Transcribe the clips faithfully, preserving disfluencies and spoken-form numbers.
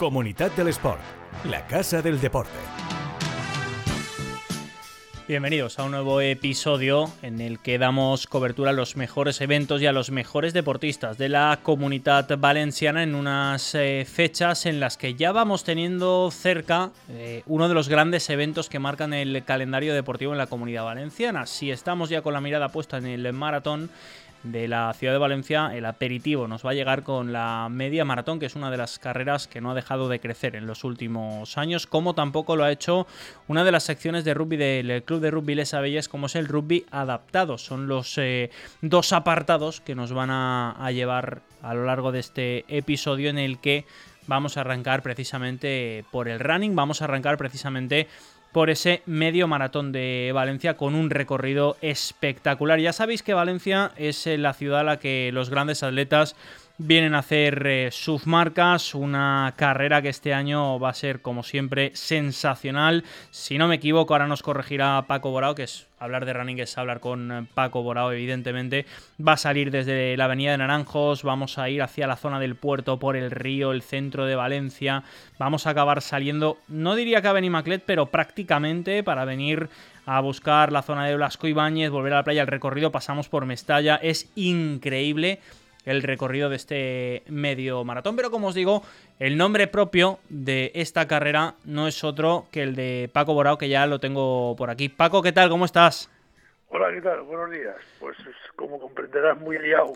Comunitat de l'Esport, la casa del deporte. Bienvenidos a un nuevo episodio en el que damos cobertura a los mejores eventos y a los mejores deportistas de la Comunitat Valenciana en unas eh, fechas en las que ya vamos teniendo cerca eh, uno de los grandes eventos que marcan el calendario deportivo en la Comunidad Valenciana. Si estamos ya con la mirada puesta en el maratón de la ciudad de Valencia, el aperitivo nos va a llegar con la media maratón, que es una de las carreras que no ha dejado de crecer en los últimos años, como tampoco lo ha hecho una de las secciones de rugby del Club de Rugby Les Abelles, como es el rugby adaptado. Son los eh, dos apartados que nos van a, a llevar a lo largo de este episodio, en el que vamos a arrancar precisamente por el running, vamos a arrancar precisamente por ese medio maratón de Valencia con un recorrido espectacular. Ya sabéis que Valencia es la ciudad a la que los grandes atletas vienen a hacer eh, sus marcas, una carrera que este año va a ser, como siempre, sensacional. Si no me equivoco, ahora nos corregirá Paco Borao, que es hablar de running es hablar con Paco Borao, evidentemente. Va a salir desde la avenida de Naranjos, vamos a ir hacia la zona del puerto, por el río, el centro de Valencia. Vamos a acabar saliendo, no diría que a Benimaclet, pero prácticamente para venir a buscar la zona de Blasco Ibáñez, volver a la playa. El recorrido pasamos por Mestalla, es increíble el recorrido de este medio maratón, pero como os digo, el nombre propio de esta carrera no es otro que el de Paco Borao, que ya lo tengo por aquí. Paco, ¿qué tal? ¿Cómo estás? Hola, ¿qué tal? Buenos días. Pues como comprenderás, muy liado.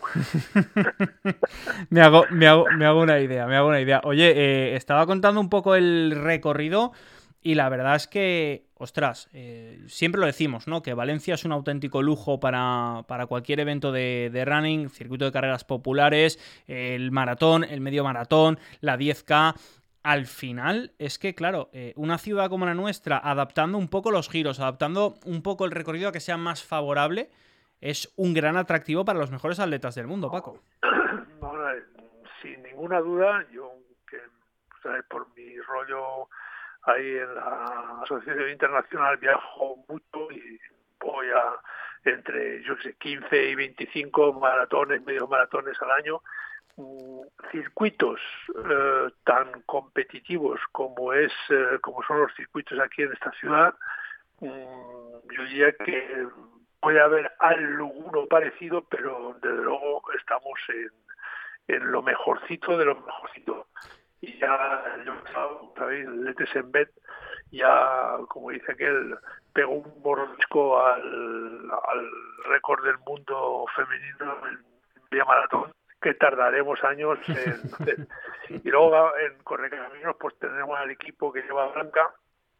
me, hago, me, hago, me hago una idea, me hago una idea. Oye, eh, estaba contando un poco el recorrido y la verdad es que, ostras, eh, siempre lo decimos, ¿no? Que Valencia es un auténtico lujo para, para cualquier evento de, de running, circuito de carreras populares, el maratón, el medio maratón, la diez K. Al final es que, claro, eh, una ciudad como la nuestra, adaptando un poco los giros, adaptando un poco el recorrido a que sea más favorable, es un gran atractivo para los mejores atletas del mundo, Paco. No, no, sin ninguna duda, yo que ¿sabes? Por mi rollo ahí en la Asociación Internacional viajo mucho y voy a entre, yo sé, quince y veinticinco maratones, medios maratones al año. Circuitos eh, tan competitivos como es eh, como son los circuitos aquí en esta ciudad, um, yo diría que puede haber alguno parecido, pero desde luego estamos en, en lo mejorcito de lo mejorcito. Y ya, ¿sabéis? El Letesembet ya, como dice aquel, pegó un mordisco al, al récord del mundo femenino en vía maratón, que tardaremos años en hacer. Y luego en Correcaminos pues tenemos al equipo que lleva Blanca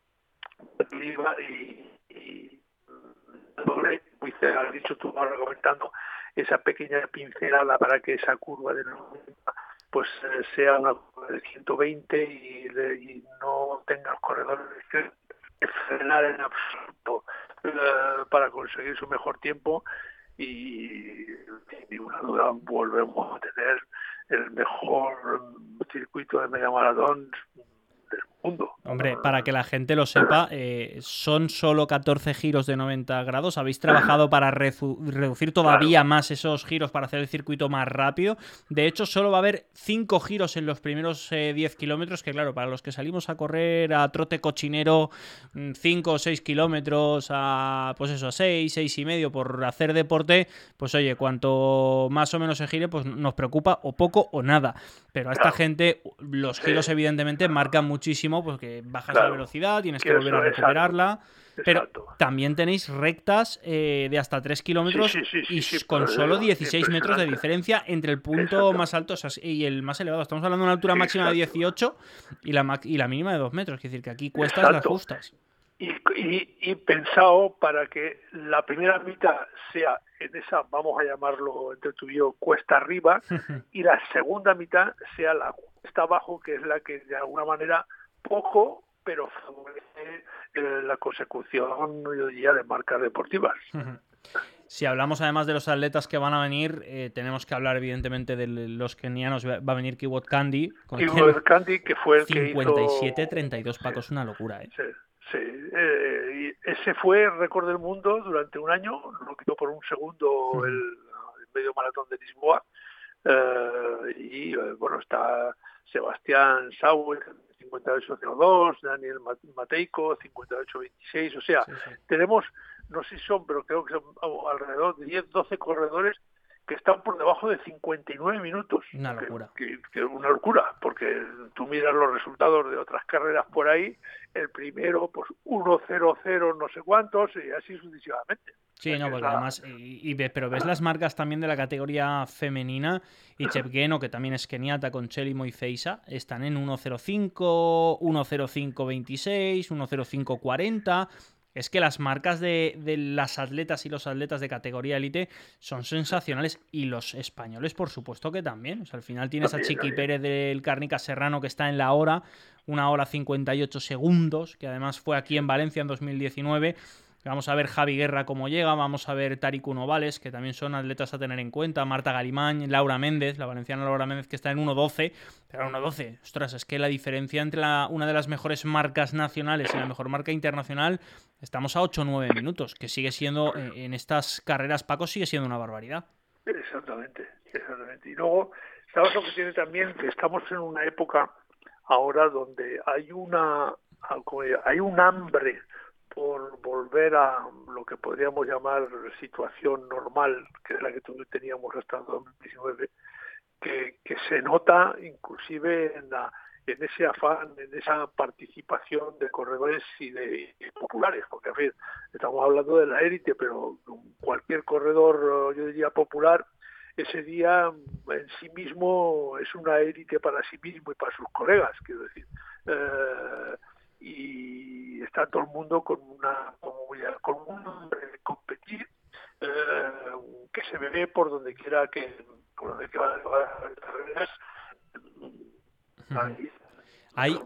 y, y muy cerca, has dicho tú ahora comentando esa pequeña pincelada para que esa curva de noventa pues eh, sea una curva de ciento veinte y, de, y no tenga los corredores que frenar en absoluto eh, para conseguir su mejor tiempo. Y sin ninguna duda volvemos a tener el mejor circuito de media maratón del mundo. Hombre, para que la gente lo sepa, eh, son solo catorce giros de noventa grados. Habéis trabajado para redu- reducir todavía claro. más esos giros para hacer el circuito más rápido. De hecho, solo va a haber cinco giros en los primeros eh, diez kilómetros, que claro, para los que salimos a correr a trote cochinero cinco o seis kilómetros, a pues eso, a seis, seis y medio por hacer deporte, pues oye, cuanto más o menos se gire, pues nos preocupa o poco o nada. Pero a esta gente los giros sí. evidentemente marcan muchísimo, porque bajas claro. la velocidad, tienes que, que volver a recuperarla, exacto. pero exacto. también tenéis rectas eh, de hasta tres kilómetros sí, sí, sí, y sí, sí, con solo dieciséis metros de diferencia entre el punto exacto. más alto y el más elevado. Estamos hablando de una altura máxima exacto. de dieciocho y la, y la mínima de dos metros, es decir, que aquí cuestas exacto. las justas. Y, y, y pensado para que la primera mitad sea en esa, vamos a llamarlo entre tú y yo, cuesta arriba, y la segunda mitad sea la cuesta abajo, que es la que de alguna manera poco, pero favorece eh, la consecución, yo diría, de marcas deportivas. Si hablamos además de los atletas que van a venir, eh, tenemos que hablar evidentemente de los kenianos. Va a venir Kiwot Kandi. Kiwot Kandi, que fue el cincuenta y siete que treinta y dos, hizo... Paco, es una locura, ¿eh? Sí. Sí, eh, y ese fue el récord del mundo durante un año, lo quitó por un segundo uh-huh. el, el medio maratón de Lisboa, eh, y eh, bueno, está Sebastián Sauer, cincuenta y ocho cero dos, Daniel Matejko, cincuenta y ocho veintiséis, o sea, sí, sí. tenemos, no sé si son, pero creo que son alrededor de diez, doce corredores que están por debajo de cincuenta y nueve minutos. Una locura. Que, que, que una locura, porque tú miras los resultados de otras carreras por ahí, el primero, pues uno cero cero no sé cuántos, y así sucesivamente. Sí, no, porque además, y, y ves, pero ves las marcas también de la categoría femenina, y Chepkeno, que también es keniata, con Chelimo y Feisa, están en uno cero cinco, uno cero cinco veintiséis, uno cero cinco cuarenta. Es que las marcas de, de las atletas y los atletas de categoría élite son sensacionales, y los españoles, por supuesto que también. O sea, al final tienes a Chiqui Pérez del Cárnica Serrano, que está en la hora, una hora cincuenta y ocho segundos, que además fue aquí en Valencia en dos mil diecinueve. Vamos a ver Javi Guerra cómo llega, vamos a ver Tariku Novales, que también son atletas a tener en cuenta, Marta Galimán, Laura Méndez, la valenciana Laura Méndez, que está en uno doce, pero uno doce, ostras, es que la diferencia entre la, una de las mejores marcas nacionales y la mejor marca internacional, estamos a ocho o nueve minutos, que sigue siendo, eh, en estas carreras, Paco, sigue siendo una barbaridad. Exactamente, exactamente. Y luego, ¿sabes lo que tiene también? Que estamos en una época ahora donde hay una, hay un hambre por volver a lo que podríamos llamar situación normal, que es la que teníamos hasta dos mil diecinueve, que, que se nota inclusive en, la, en ese afán, en esa participación de corredores y de y populares, porque en fin, estamos hablando de la élite, pero cualquier corredor, yo diría popular, ese día en sí mismo es una élite para sí mismo y para sus colegas, quiero decir. Eh, y está todo el mundo con una con un hambre de competir, eh, que se ve por donde quiera que por donde quiera las carreras. Hay, hay,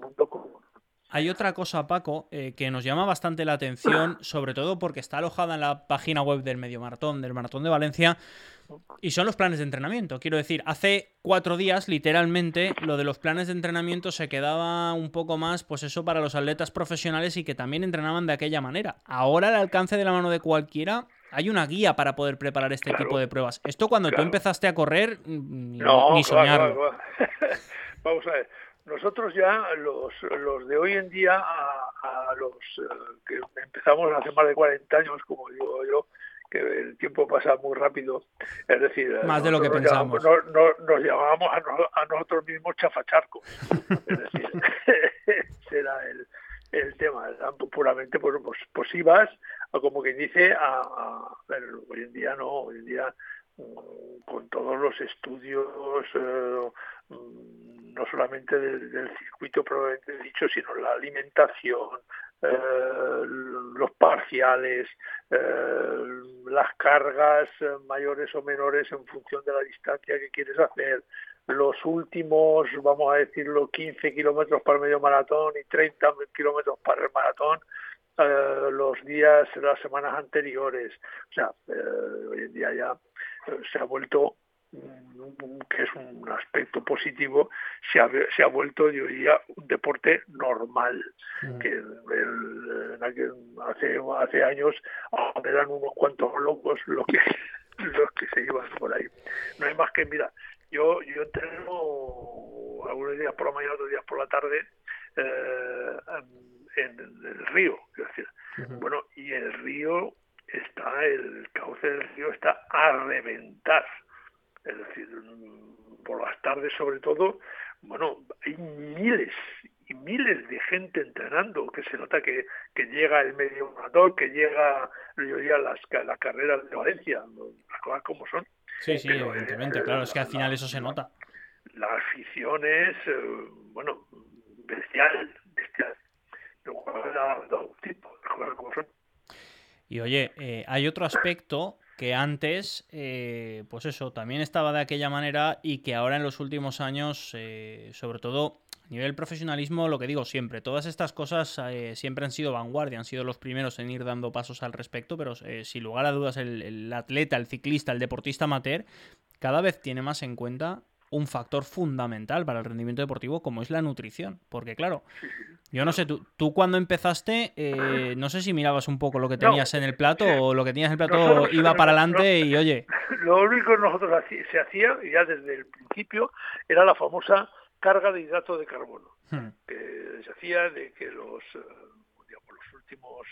hay otra cosa, Paco, eh, que nos llama bastante la atención, sobre todo porque está alojada en la página web del Medio Maratón, del Maratón de Valencia, y son los planes de entrenamiento. Quiero decir, hace cuatro días, literalmente, lo de los planes de entrenamiento se quedaba un poco más, pues eso, para los atletas profesionales y que también entrenaban de aquella manera. Ahora, al alcance de la mano de cualquiera, hay una guía para poder preparar este claro, tipo de pruebas. Esto cuando claro. tú empezaste a correr, ni, no, ni soñarlo. Claro, claro. Vamos a ver. Nosotros ya, los, los de hoy en día, a, a los uh, que empezamos hace más de cuarenta años, como digo yo, que el tiempo pasa muy rápido, es decir, más de lo que pensamos. Nos, nos, nos llamábamos a, no, a nosotros mismos chafacharcos, es decir, ese era el, el tema, puramente pues, pues, pues ibas, como quien dice, a, a ver, hoy en día no, hoy en día con todos los estudios, eh, no solamente del, del circuito probablemente dicho, sino la alimentación, eh, los parciales, eh, las cargas mayores o menores en función de la distancia que quieres hacer, los últimos, vamos a decirlo, quince kilómetros para el medio maratón y treinta kilómetros para el maratón, eh, los días, las semanas anteriores. O sea, eh, hoy en día ya eh, se ha vuelto, que es un aspecto positivo, se ha, se ha vuelto, yo diría, un deporte normal, sí. que el, en aquel, hace, hace años eran unos cuantos locos los que, los que se iban por ahí. No hay más que, mira, yo, yo entreno algunos días por la mañana, otros días por la tarde, eh, en, en el río, es decir, uh-huh. bueno, y el río está, el cauce del río está a reventar. Es decir, por las tardes sobre todo, bueno, hay miles y miles de gente entrenando, que se nota que, que llega el medio maratón, que llega, yo diría, las, las carreras de Valencia, las cosas como son. Sí, sí, pero, evidentemente, eh, claro, la, es que al final la, eso se nota. La afición es, eh, bueno, bestial, bestial. Y oye, eh, hay otro aspecto que antes, eh, pues eso, también estaba de aquella manera y que ahora en los últimos años, eh, sobre todo a nivel profesionalismo, lo que digo siempre, todas estas cosas eh, siempre han sido vanguardia, han sido los primeros en ir dando pasos al respecto, pero eh, sin lugar a dudas el, el atleta, el ciclista, el deportista amateur, cada vez tiene más en cuenta un factor fundamental para el rendimiento deportivo como es la nutrición, porque claro, yo no sé, tú, tú cuando empezaste, eh, no sé si mirabas un poco lo que tenías no, en el plato o lo que tenías en el plato nosotros, iba para adelante no, y oye... Lo único que nosotros se hacía, ya desde el principio, era la famosa carga de hidrato de carbono, Hmm. que se hacía de que los, eh, digamos, los últimos,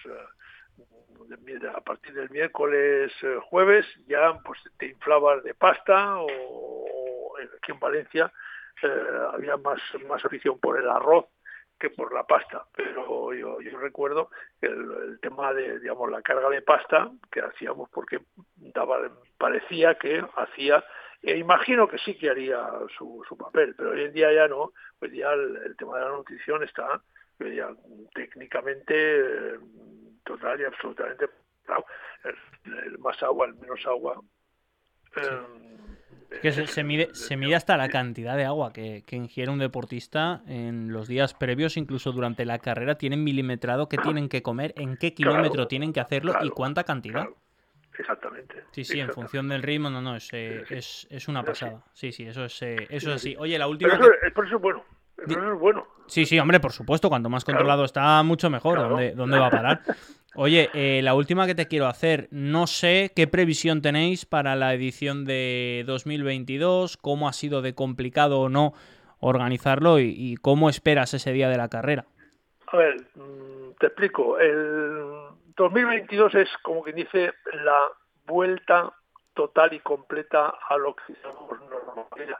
eh, de- a partir del miércoles, eh, jueves, ya pues te inflabas de pasta o, o aquí en Valencia eh, había más, más afición por el arroz que por la pasta, pero yo, yo recuerdo que el, el tema de, digamos, la carga de pasta que hacíamos porque daba, parecía que hacía, e imagino que sí que haría su, su papel, pero hoy en día ya no, hoy en día el, el tema de la nutrición está hoy día, técnicamente eh, total y absolutamente claro, el, el más agua, el menos agua. Sí. Eh, Que se, se mide se mide hasta la cantidad de agua que, que ingiere un deportista en los días previos, incluso durante la carrera, tienen milimetrado qué tienen que comer, en qué kilómetro claro, tienen que hacerlo claro, y cuánta cantidad. Claro, exactamente. Sí, sí, en exactamente. función del ritmo, no, no, es, eh, Sí, sí. es, es una Sí, pasada. Sí, sí, eso es, eh, eso Sí, es sí. así. Oye, la última Pero eso, que... es- por eso es bueno. Di- Eso es bueno. Sí, sí, hombre, por supuesto, cuanto más Claro. controlado está, mucho mejor. Claro. ¿Dónde, dónde va a parar? Oye, eh, la última que te quiero hacer, no sé qué previsión tenéis para la edición de dos mil veintidós, cómo ha sido de complicado o no organizarlo y, y cómo esperas ese día de la carrera. A ver, mm, te explico. El dos mil veintidós es, como quien dice, la vuelta total y completa a lo que llamamos normalidad.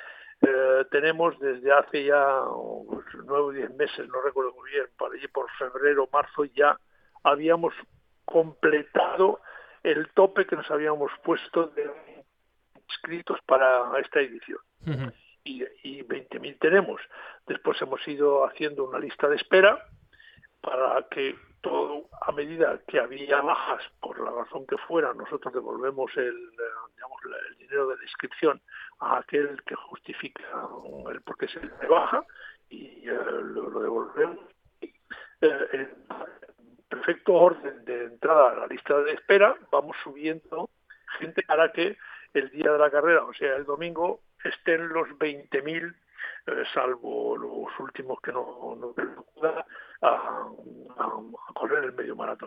Eh, tenemos desde hace ya pues, nueve o diez meses, no recuerdo muy bien, para allí por febrero, marzo, ya habíamos completado el tope que nos habíamos puesto de inscritos para esta edición. Ujú. Y, y veinte mil tenemos. Después hemos ido haciendo una lista de espera para que todo, a medida que había bajas, por la razón que fuera, nosotros devolvemos el, digamos, el dinero de la inscripción a aquel que justifica el por qué se le baja y eh, lo, lo devolvemos. Eh, en perfecto orden de entrada a la lista de espera, vamos subiendo gente para que el día de la carrera, o sea, el domingo, estén los veinte mil, eh, salvo los últimos que no, no puedan, a, a, a correr el medio maratón.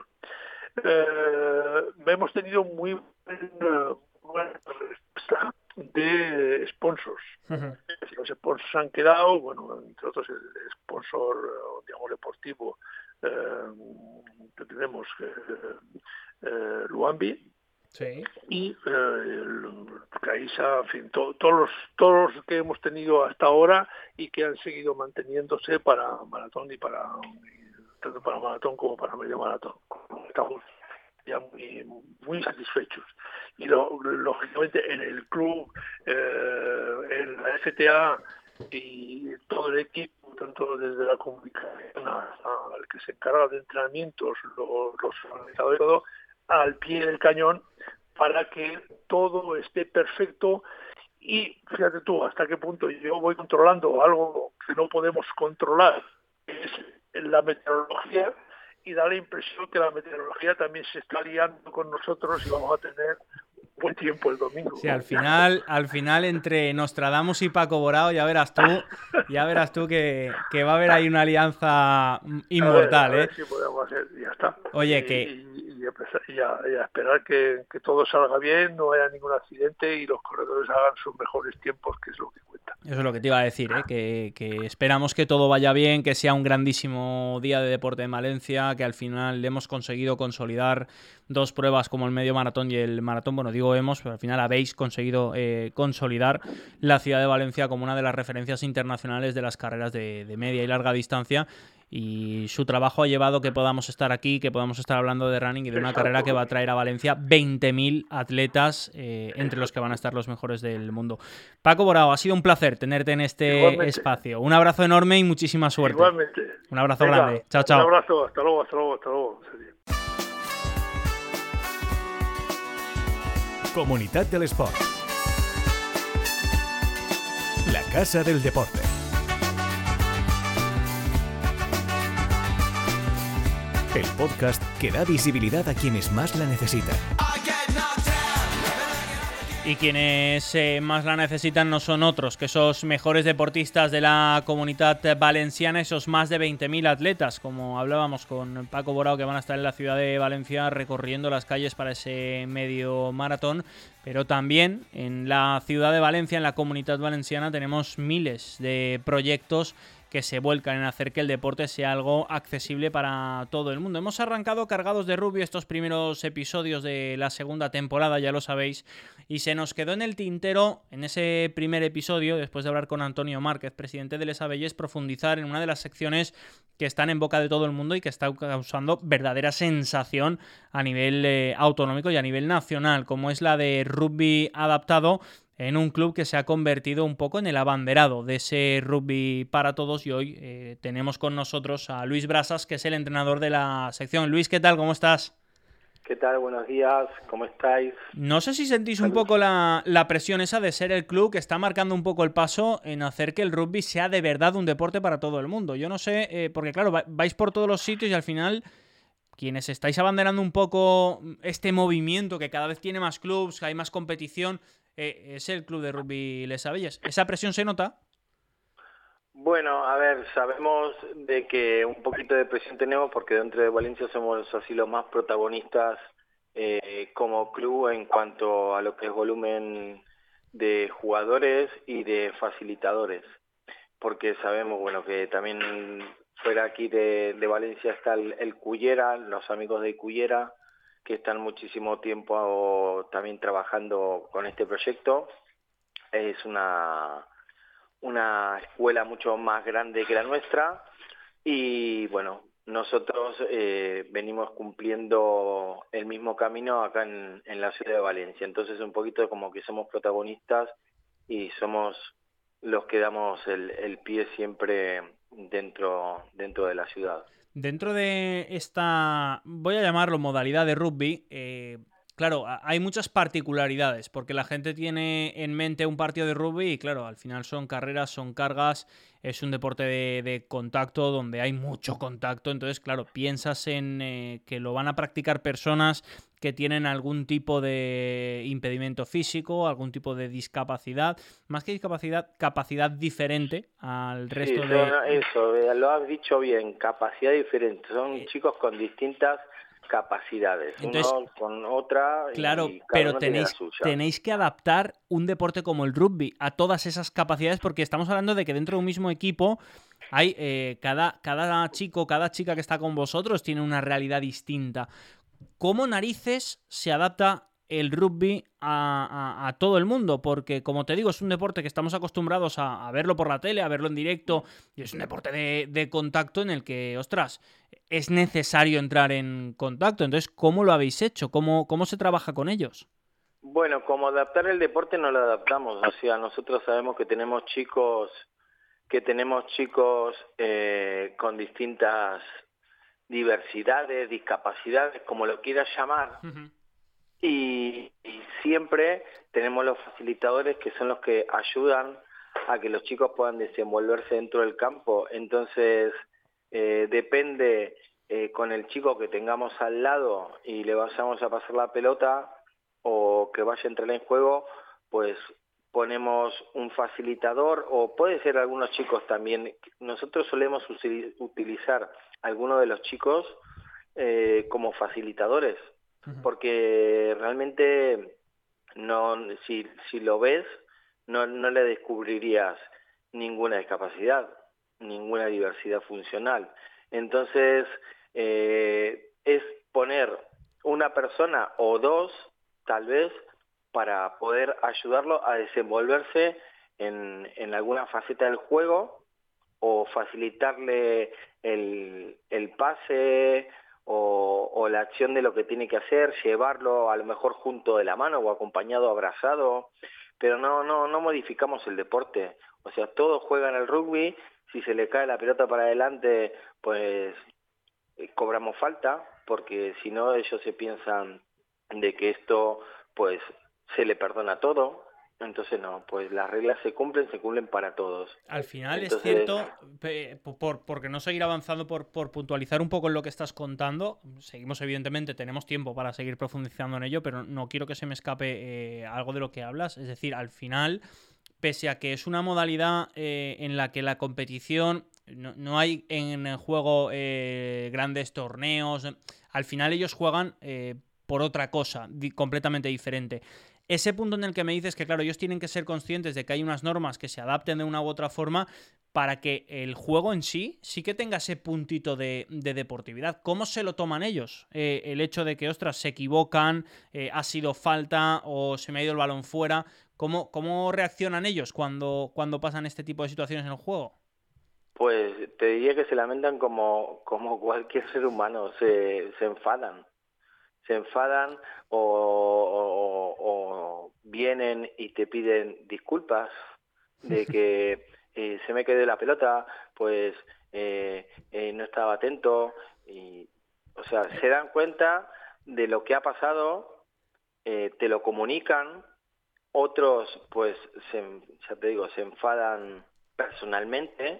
Eh, hemos tenido muy buena, buena respuesta de sponsors. Ujú. Los sponsors han quedado, bueno, entre otros el sponsor, digamos, deportivo eh, que tenemos, eh, eh, Luambi, Sí. y eh, Caixa, en fin, to, todos los todos los que hemos tenido hasta ahora y que han seguido manteniéndose para maratón y para tanto para maratón como para medio maratón. Estamos ya muy muy satisfechos y lo, lógicamente en el club, eh, en la F T A y todo el equipo, tanto desde la comunicación hasta el que se encarga de entrenamientos, los, los organizadores, todo al pie del cañón para que todo esté perfecto. Y fíjate tú hasta qué punto yo voy controlando algo que no podemos controlar, que es la meteorología, y da la impresión que la meteorología también se está liando con nosotros y vamos a tener buen tiempo el domingo. Sí, al final, al final entre Nostradamus y Paco Borao, ya verás tú, ya verás tú que, que va a haber ahí una alianza inmortal, a ver, a ver ¿eh? si podemos hacer, y ya está. Oye, y, que... Y, y, a, pesar, y, a, y a esperar que, que todo salga bien, no haya ningún accidente y los corredores hagan sus mejores tiempos, que es lo que cuenta. Eso es lo que te iba a decir, ¿eh? que, que esperamos que todo vaya bien, que sea un grandísimo día de deporte en Valencia, que al final hemos conseguido consolidar dos pruebas como el medio maratón y el maratón. Bueno, digo hemos, pero al final habéis conseguido eh, consolidar la ciudad de Valencia como una de las referencias internacionales de las carreras de, de media y larga distancia. Y su trabajo ha llevado que podamos estar aquí, que podamos estar hablando de running y de una Exacto. carrera que va a traer a Valencia veinte mil atletas, eh, entre los que van a estar los mejores del mundo. Paco Borao, ha sido un placer tenerte en este Igualmente. espacio. Un abrazo enorme y muchísima suerte. Igualmente. Un abrazo Venga, grande. Chao, chao. Un abrazo, hasta luego, hasta luego, hasta luego. Comunitat de l'Esport. La casa del deporte. El podcast que da visibilidad a quienes más la necesitan. Y quienes eh, más la necesitan no son otros que esos mejores deportistas de la Comunitat Valenciana, esos más de veinte mil atletas, como hablábamos con Paco Borao, que van a estar en la ciudad de Valencia recorriendo las calles para ese medio maratón. Pero también en la ciudad de Valencia, en la Comunitat Valenciana, tenemos miles de proyectos que se vuelcan en hacer que el deporte sea algo accesible para todo el mundo. Hemos arrancado cargados de rugby estos primeros episodios de la segunda temporada, ya lo sabéis, y se nos quedó en el tintero, en ese primer episodio, después de hablar con Antonio Márquez, presidente de Les Abelles, profundizar en una de las secciones que están en boca de todo el mundo y que está causando verdadera sensación a nivel eh, autonómico y a nivel nacional, como es la de rugby adaptado, en un club que se ha convertido un poco en el abanderado de ese rugby para todos. Y hoy eh, tenemos con nosotros a Luis Brasas, que es el entrenador de la sección. Luis, ¿qué tal? ¿Cómo estás? ¿Qué tal? Buenos días, ¿cómo estáis? No sé si sentís Salud. un poco la, la presión esa de ser el club que está marcando un poco el paso en hacer que el rugby sea de verdad un deporte para todo el mundo. Yo no sé, eh, porque claro, vais por todos los sitios y al final quienes estáis abanderando un poco este movimiento que cada vez tiene más clubs, que hay más competición, eh, es el club de rugby Les Abelles. ¿Esa presión se nota? Bueno, a ver, sabemos de que un poquito de presión tenemos porque dentro de Valencia somos así los más protagonistas eh, como club en cuanto a lo que es volumen de jugadores y de facilitadores, porque sabemos, bueno, que también fuera aquí de, de Valencia está el, el Cullera, los amigos de Cullera, que están muchísimo tiempo también trabajando con este proyecto. Es una, una escuela mucho más grande que la nuestra y bueno, nosotros eh, venimos cumpliendo el mismo camino acá en, en la ciudad de Valencia. Entonces un poquito como que somos protagonistas y somos los que damos el, el pie siempre dentro, dentro de la ciudad. Dentro de esta, voy a llamarlo modalidad de rugby, eh, claro, hay muchas particularidades, porque la gente tiene en mente un partido de rugby y claro, al final son carreras, son cargas, es un deporte de, de contacto donde hay mucho contacto, entonces claro, piensas en eh, que lo van a practicar personas que tienen algún tipo de impedimento físico, algún tipo de discapacidad, más que discapacidad, capacidad diferente al resto sí, de... Son, eso, lo has dicho bien, capacidad diferente, son eh... chicos con distintas capacidades, entonces, uno con otra claro, y cada pero uno tenéis, tiene la suya. tenéis que adaptar un deporte como el rugby a todas esas capacidades porque estamos hablando de que dentro de un mismo equipo hay eh, cada, cada chico, cada chica que está con vosotros tiene una realidad distinta. ¿Cómo narices se adapta el rugby a, a, a todo el mundo? Porque, como te digo, es un deporte que estamos acostumbrados a, a verlo por la tele, a verlo en directo, y es un deporte de, de contacto en el que, ostras, es necesario entrar en contacto. Entonces, ¿cómo lo habéis hecho? ¿Cómo, cómo se trabaja con ellos? Bueno, como adaptar el deporte no lo adaptamos. O sea, nosotros sabemos que tenemos chicos, que tenemos chicos eh, con distintas diversidades, discapacidades, como lo quieras llamar. Uh-huh. Y, y siempre tenemos los facilitadores que son los que ayudan a que los chicos puedan desenvolverse dentro del campo. Entonces, eh, depende eh, con el chico que tengamos al lado y le vayamos a pasar la pelota o que vaya a entrar en juego, pues ponemos un facilitador o puede ser algunos chicos también. Nosotros solemos utilizar a algunos de los chicos eh, como facilitadores. Porque realmente no, si, si lo ves, no, no le descubrirías ninguna discapacidad, ninguna diversidad funcional. Entonces, eh, es poner una persona o dos, tal vez, para poder ayudarlo a desenvolverse en, en alguna faceta del juego o facilitarle el, el pase O, o la acción de lo que tiene que hacer, llevarlo a lo mejor junto de la mano o acompañado, abrazado, pero no no no modificamos el deporte. O sea, todos juegan al rugby, si se le cae la pelota para adelante, pues eh, cobramos falta, porque si no ellos se piensan de que esto pues se le perdona todo, Entonces no, pues las reglas se cumplen, se cumplen para todos. Al final Entonces... es cierto, por, porque no seguir avanzando, por, por puntualizar un poco en lo que estás contando, seguimos evidentemente, tenemos tiempo para seguir profundizando en ello, pero no quiero que se me escape eh, algo de lo que hablas. Es decir, al final, pese a que es una modalidad eh, en la que la competición, no, no hay en el juego eh, grandes torneos, al final ellos juegan eh, por otra cosa, di- completamente diferente. Ese punto en el que me dices que, claro, ellos tienen que ser conscientes de que hay unas normas que se adapten de una u otra forma para que el juego en sí sí que tenga ese puntito de, de deportividad. ¿Cómo se lo toman ellos? Eh, el hecho de que, ostras, se equivocan, eh, ha sido falta o se me ha ido el balón fuera. ¿Cómo, cómo reaccionan ellos cuando, cuando pasan este tipo de situaciones en el juego? Pues te diría que se lamentan como, como cualquier ser humano, se, se enfadan. Se enfadan o, o, o vienen y te piden disculpas de que eh, se me quedó la pelota, pues eh, eh, no estaba atento. Y, o sea, se dan cuenta de lo que ha pasado, eh, te lo comunican, otros pues, se, ya te digo, se enfadan personalmente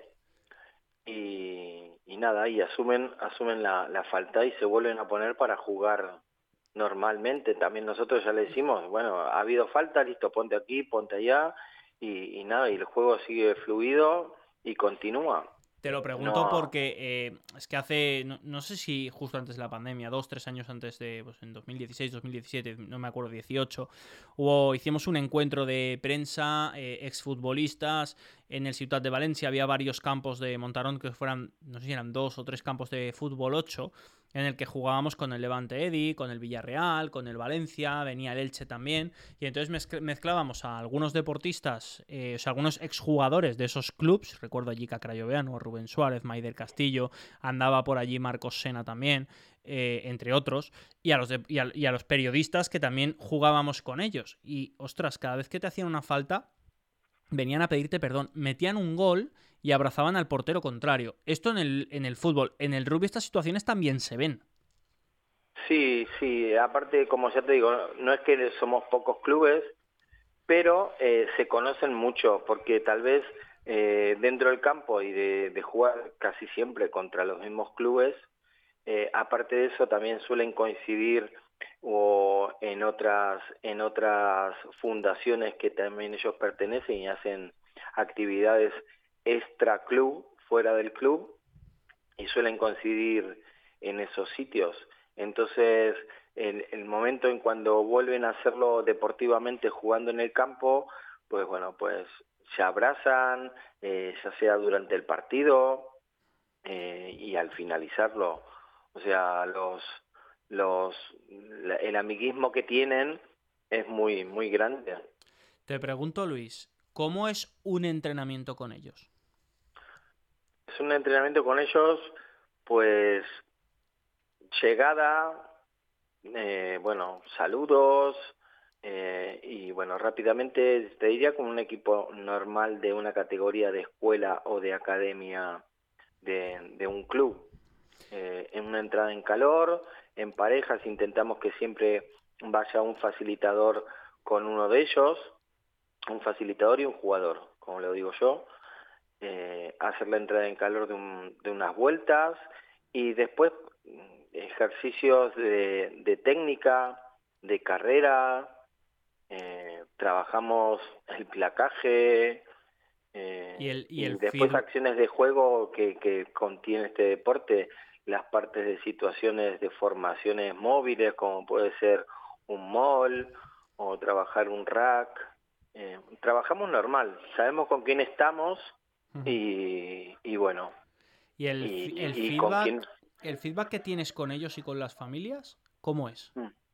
y, y nada, y asumen, asumen la, la falta y se vuelven a poner para jugar normalmente. También nosotros ya le decimos, bueno, ha habido falta, listo, ponte aquí, ponte allá, y, y nada, y el juego sigue fluido y continúa. Te lo pregunto No. porque eh, es que hace, no, no sé si justo antes de la pandemia, dos, tres años antes de, pues en dos mil dieciséis, dos mil diecisiete, no me acuerdo, dieciocho, hubo, hicimos un encuentro de prensa, eh, exfutbolistas, en el Ciutat de Valencia había varios campos de Montarón que fueran, no sé si eran dos o tres campos de fútbol ocho, en el que jugábamos con el Levante Edi, con el Villarreal, con el Valencia, venía el Elche también, y entonces mezcl- mezclábamos a algunos deportistas, eh, o sea, algunos exjugadores de esos clubs, recuerdo allí a Crayoveanu, a Rubén Suárez, Maider Castillo, andaba por allí Marcos Sena también, eh, entre otros, y a, los de- y, a, y a los periodistas que también jugábamos con ellos, y ostras, cada vez que te hacían una falta, venían a pedirte perdón, metían un gol y abrazaban al portero contrario. Esto en el, en el fútbol. En el rugby estas situaciones también se ven. Sí, sí, aparte, como ya te digo, no es que somos pocos clubes, pero eh, se conocen mucho, porque tal vez eh, dentro del campo y de, de jugar casi siempre contra los mismos clubes, eh, aparte de eso también suelen coincidir o en otras en otras fundaciones que también ellos pertenecen y hacen actividades extra club, fuera del club, y suelen coincidir en esos sitios. Entonces, el, el momento en cuando vuelven a hacerlo deportivamente jugando en el campo, pues bueno, pues se abrazan, eh, ya sea durante el partido eh, y al finalizarlo. O sea, los los la, el amiguismo que tienen es muy muy grande. Te pregunto, Luis, ¿cómo es un entrenamiento con ellos? Es un entrenamiento con ellos, pues llegada, eh, bueno, saludos, eh, y bueno, rápidamente te diría como un equipo normal de una categoría de escuela o de academia de, de un club. Eh, en una entrada en calor, en parejas intentamos que siempre vaya un facilitador con uno de ellos, un facilitador y un jugador, como lo digo yo, eh, hacer la entrada en calor de, un, de unas vueltas y después ejercicios de, de técnica, de carrera, eh, trabajamos el placaje, eh, y, el, y, y el después feed... acciones de juego que, que contiene este deporte, las partes de situaciones de formaciones móviles, como puede ser un mall o trabajar un rack. Eh, trabajamos normal, sabemos con quién estamos y, y bueno. ¿Y el, y, el, y feedback, quién... el feedback que tienes con ellos y con las familias, cómo es?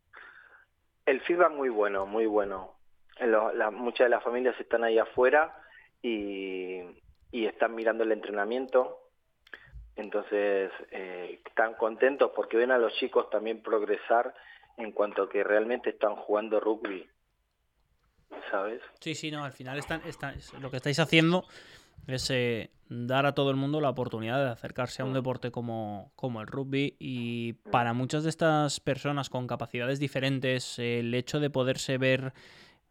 El feedback muy bueno, muy bueno. Lo, la, muchas de las familias están ahí afuera y, y están mirando el entrenamiento. Entonces, eh, están contentos porque ven a los chicos también progresar en cuanto a que realmente están jugando rugby, ¿sabes? Sí, sí, no, al final están, están, lo que estáis haciendo es eh, dar a todo el mundo la oportunidad de acercarse a un deporte como, como el rugby, y para muchas de estas personas con capacidades diferentes, eh, el hecho de poderse ver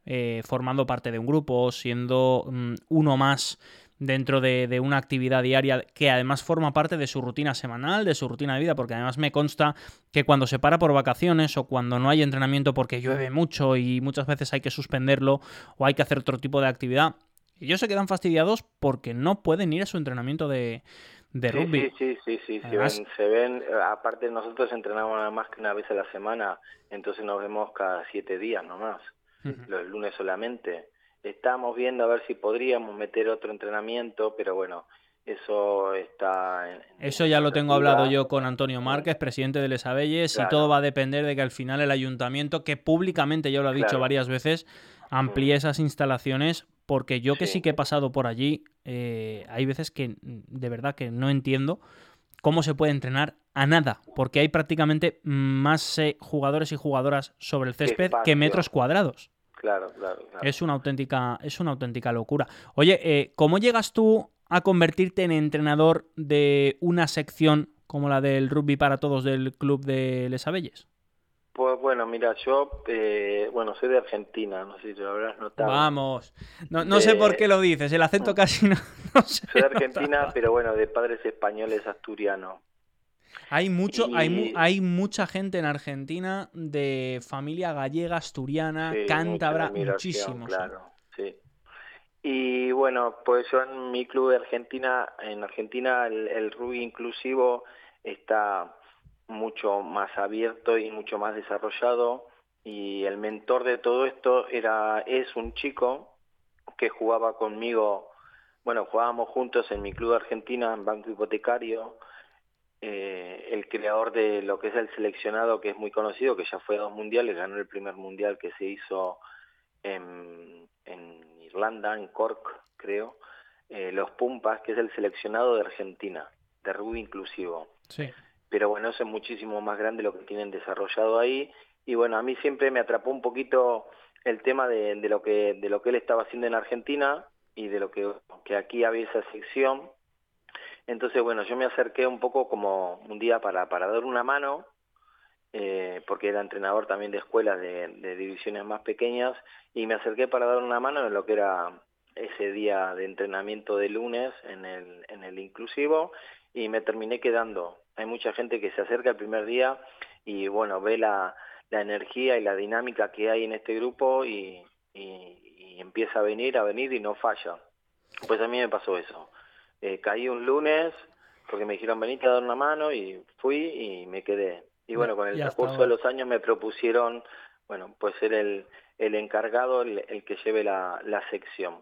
eh, formando parte de un grupo, siendo um, uno más dentro de, de una actividad diaria que además forma parte de su rutina semanal, de su rutina de vida, porque además me consta que cuando se para por vacaciones o cuando no hay entrenamiento porque llueve mucho y muchas veces hay que suspenderlo o hay que hacer otro tipo de actividad, ellos se quedan fastidiados porque no pueden ir a su entrenamiento de, de sí, rugby. Sí, sí, sí, sí, además, se ven, se ven, aparte nosotros entrenamos nada más que una vez a la semana, entonces nos vemos cada siete días nomás, uh-huh. los lunes solamente. Estamos viendo a ver si podríamos meter otro entrenamiento, pero bueno, eso está... En, eso ya lo tengo hablado yo con Antonio Márquez, presidente de Les Abelles, claro. Y todo va a depender de que al final el ayuntamiento, que públicamente ya lo ha dicho claro. varias veces, amplíe sí. esas instalaciones, porque yo que sí, sí que he pasado por allí, eh, hay veces que de verdad que no entiendo cómo se puede entrenar a nada, porque hay prácticamente más eh, jugadores y jugadoras sobre el césped que metros cuadrados. Claro, claro, claro. Es una auténtica, es una auténtica locura. Oye, eh, ¿cómo llegas tú a convertirte en entrenador de una sección como la del rugby para todos del club de Les Abelles? Pues bueno, mira, yo eh, bueno, soy de Argentina, no sé si lo habrás notado. Vamos, no, no de... sé por qué lo dices, el acento casi no, no se Soy de Argentina, notaba. Pero bueno, de padres españoles asturianos. Hay mucho, y... hay, mu hay mucha gente en Argentina de familia gallega, asturiana, sí, cántabra, mucha muchísimos. Claro, sí. Y bueno, pues yo en mi club de Argentina, en Argentina el, el rugby inclusivo está mucho más abierto y mucho más desarrollado, y el mentor de todo esto era es un chico que jugaba conmigo, bueno, jugábamos juntos en mi club de Argentina, en Banco Hipotecario. Eh, el creador de lo que es el seleccionado, que es muy conocido, que ya fue a dos mundiales, ganó el primer mundial que se hizo en, en Irlanda, en Cork, creo, eh, los Pumpas, que es el seleccionado de Argentina, de rugby inclusivo. Sí. Pero bueno, eso es muchísimo más grande lo que tienen desarrollado ahí, y bueno, a mí siempre me atrapó un poquito el tema de, de lo que de lo que él estaba haciendo en Argentina y de lo que, que aquí había esa sección. Entonces, bueno, yo me acerqué un poco como un día para, para dar una mano, eh, porque era entrenador también de escuelas de, de divisiones más pequeñas, y me acerqué para dar una mano en lo que era ese día de entrenamiento de lunes en el, en el inclusivo, y me terminé quedando. Hay mucha gente que se acerca el primer día y, bueno, ve la, la energía y la dinámica que hay en este grupo y, y, y empieza a venir, a venir y no falla. Pues a mí me pasó eso. Eh, caí un lunes porque me dijeron venite a dar una mano y fui y me quedé. Y bueno, con el transcurso de los años me propusieron, bueno, pues ser el, el encargado, el, el que lleve la, la sección.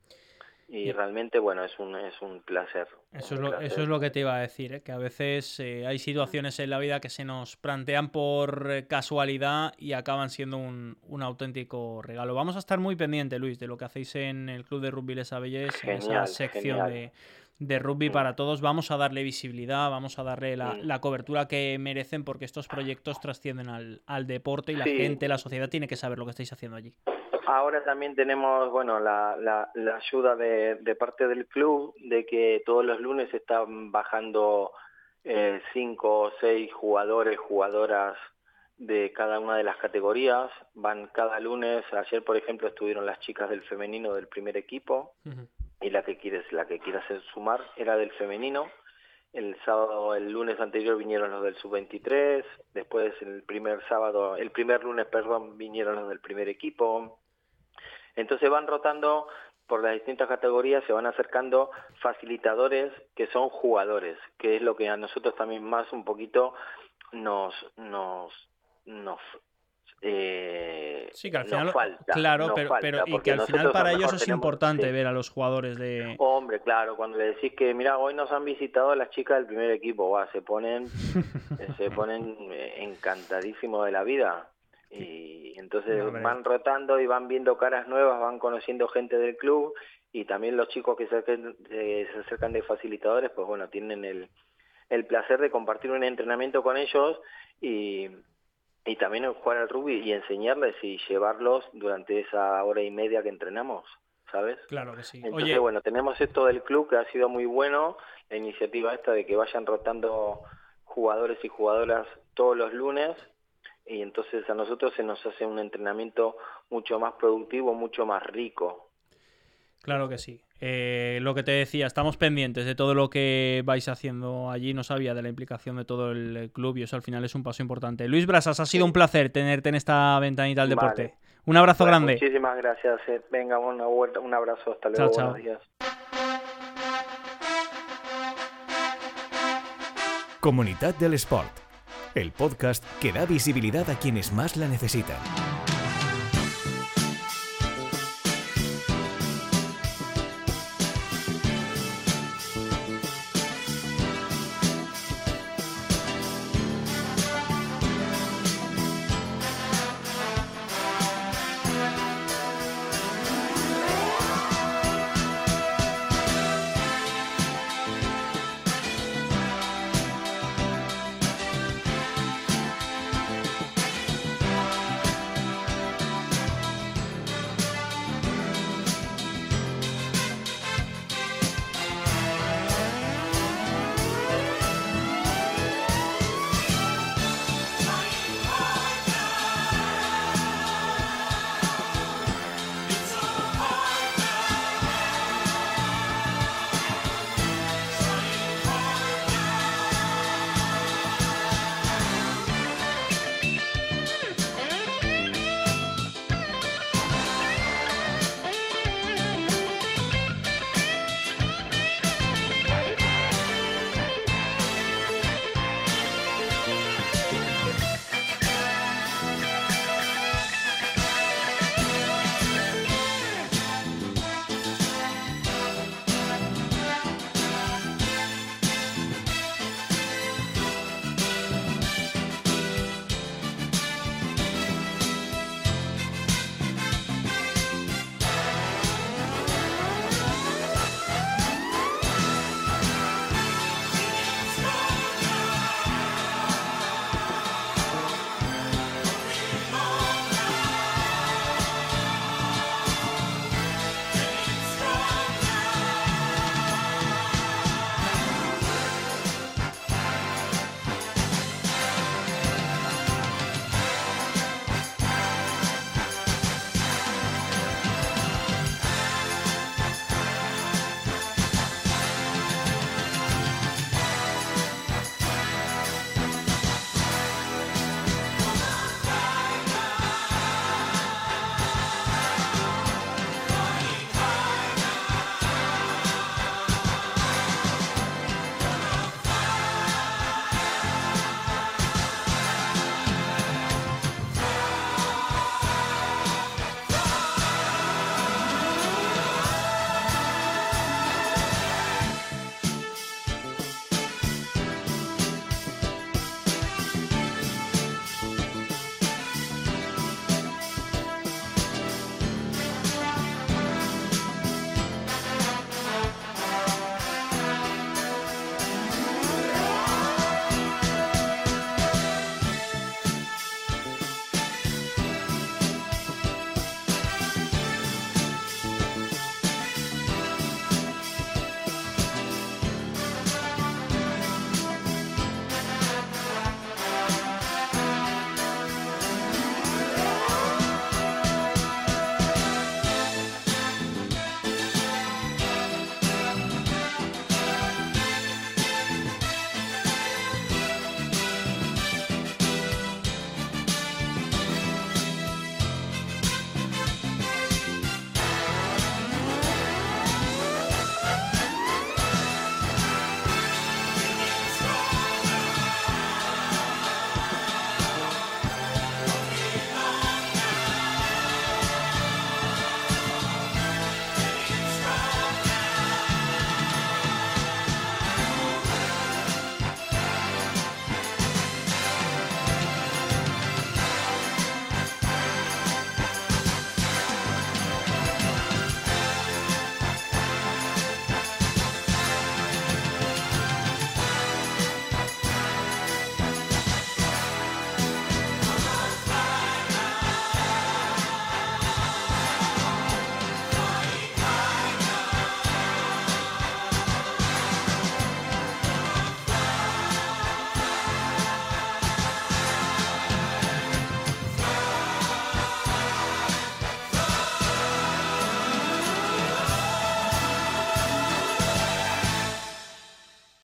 Y Bien. realmente, bueno, es un, es un placer. Eso, un es lo, placer. eso es lo que te iba a decir, ¿eh? Que a veces eh, hay situaciones en la vida que se nos plantean por casualidad y acaban siendo un, un auténtico regalo. Vamos a estar muy pendientes, Luis, de lo que hacéis en el Club de Rugby Les Abelles, en esa sección de, de rugby mm. para todos. Vamos a darle visibilidad, vamos a darle la, mm. la cobertura que merecen, porque estos proyectos trascienden al, al deporte y la sí. gente, la sociedad tiene que saber lo que estáis haciendo allí. Ahora también tenemos, bueno, la, la, la ayuda de, de parte del club, de que todos los lunes están bajando eh, cinco o seis jugadores, jugadoras de cada una de las categorías. Van cada lunes. Ayer, por ejemplo, estuvieron las chicas del femenino del primer equipo, uh-huh. y la que quiere, la que quiere hacer sumar era del femenino. El sábado, el lunes anterior vinieron los del sub veintitrés, después el primer sábado, el primer lunes, perdón, vinieron los del primer equipo. Entonces van rotando por las distintas categorías, se van acercando facilitadores que son jugadores, que es lo que a nosotros también más un poquito nos nos nos eh, sí, que al final, nos falta. Claro, nos pero, falta, pero y que al final para ellos es tenemos, importante sí. ver a los jugadores de... Hombre, claro, cuando le decís que, mira, hoy nos han visitado las chicas del primer equipo, va, se ponen se ponen encantadísimos de la vida. Y entonces no, van rotando y van viendo caras nuevas, van conociendo gente del club, y también los chicos que se acercan, eh, se acercan de facilitadores, pues bueno, tienen el, el placer de compartir un entrenamiento con ellos y, y también jugar al rugby y enseñarles y llevarlos durante esa hora y media que entrenamos, ¿sabes? Claro que sí. Entonces, Oye, bueno, tenemos esto del club que ha sido muy bueno, la iniciativa esta de que vayan rotando jugadores y jugadoras todos los lunes. y entonces a nosotros se nos hace un entrenamiento mucho más productivo, mucho más rico. Claro que sí. Eh, lo que te decía, estamos pendientes de todo lo que vais haciendo allí. No sabía de la implicación de todo el club y eso al final es un paso importante. Luis Brasas, ha sido un placer tenerte en esta ventanita al deporte. Vale. Un abrazo Bueno, grande. Muchísimas gracias. Eh. Venga, una vuelta, un abrazo. Hasta luego. Chao, chao. Buenos días. Comunitat del Esport, el podcast que da visibilidad a quienes más la necesitan.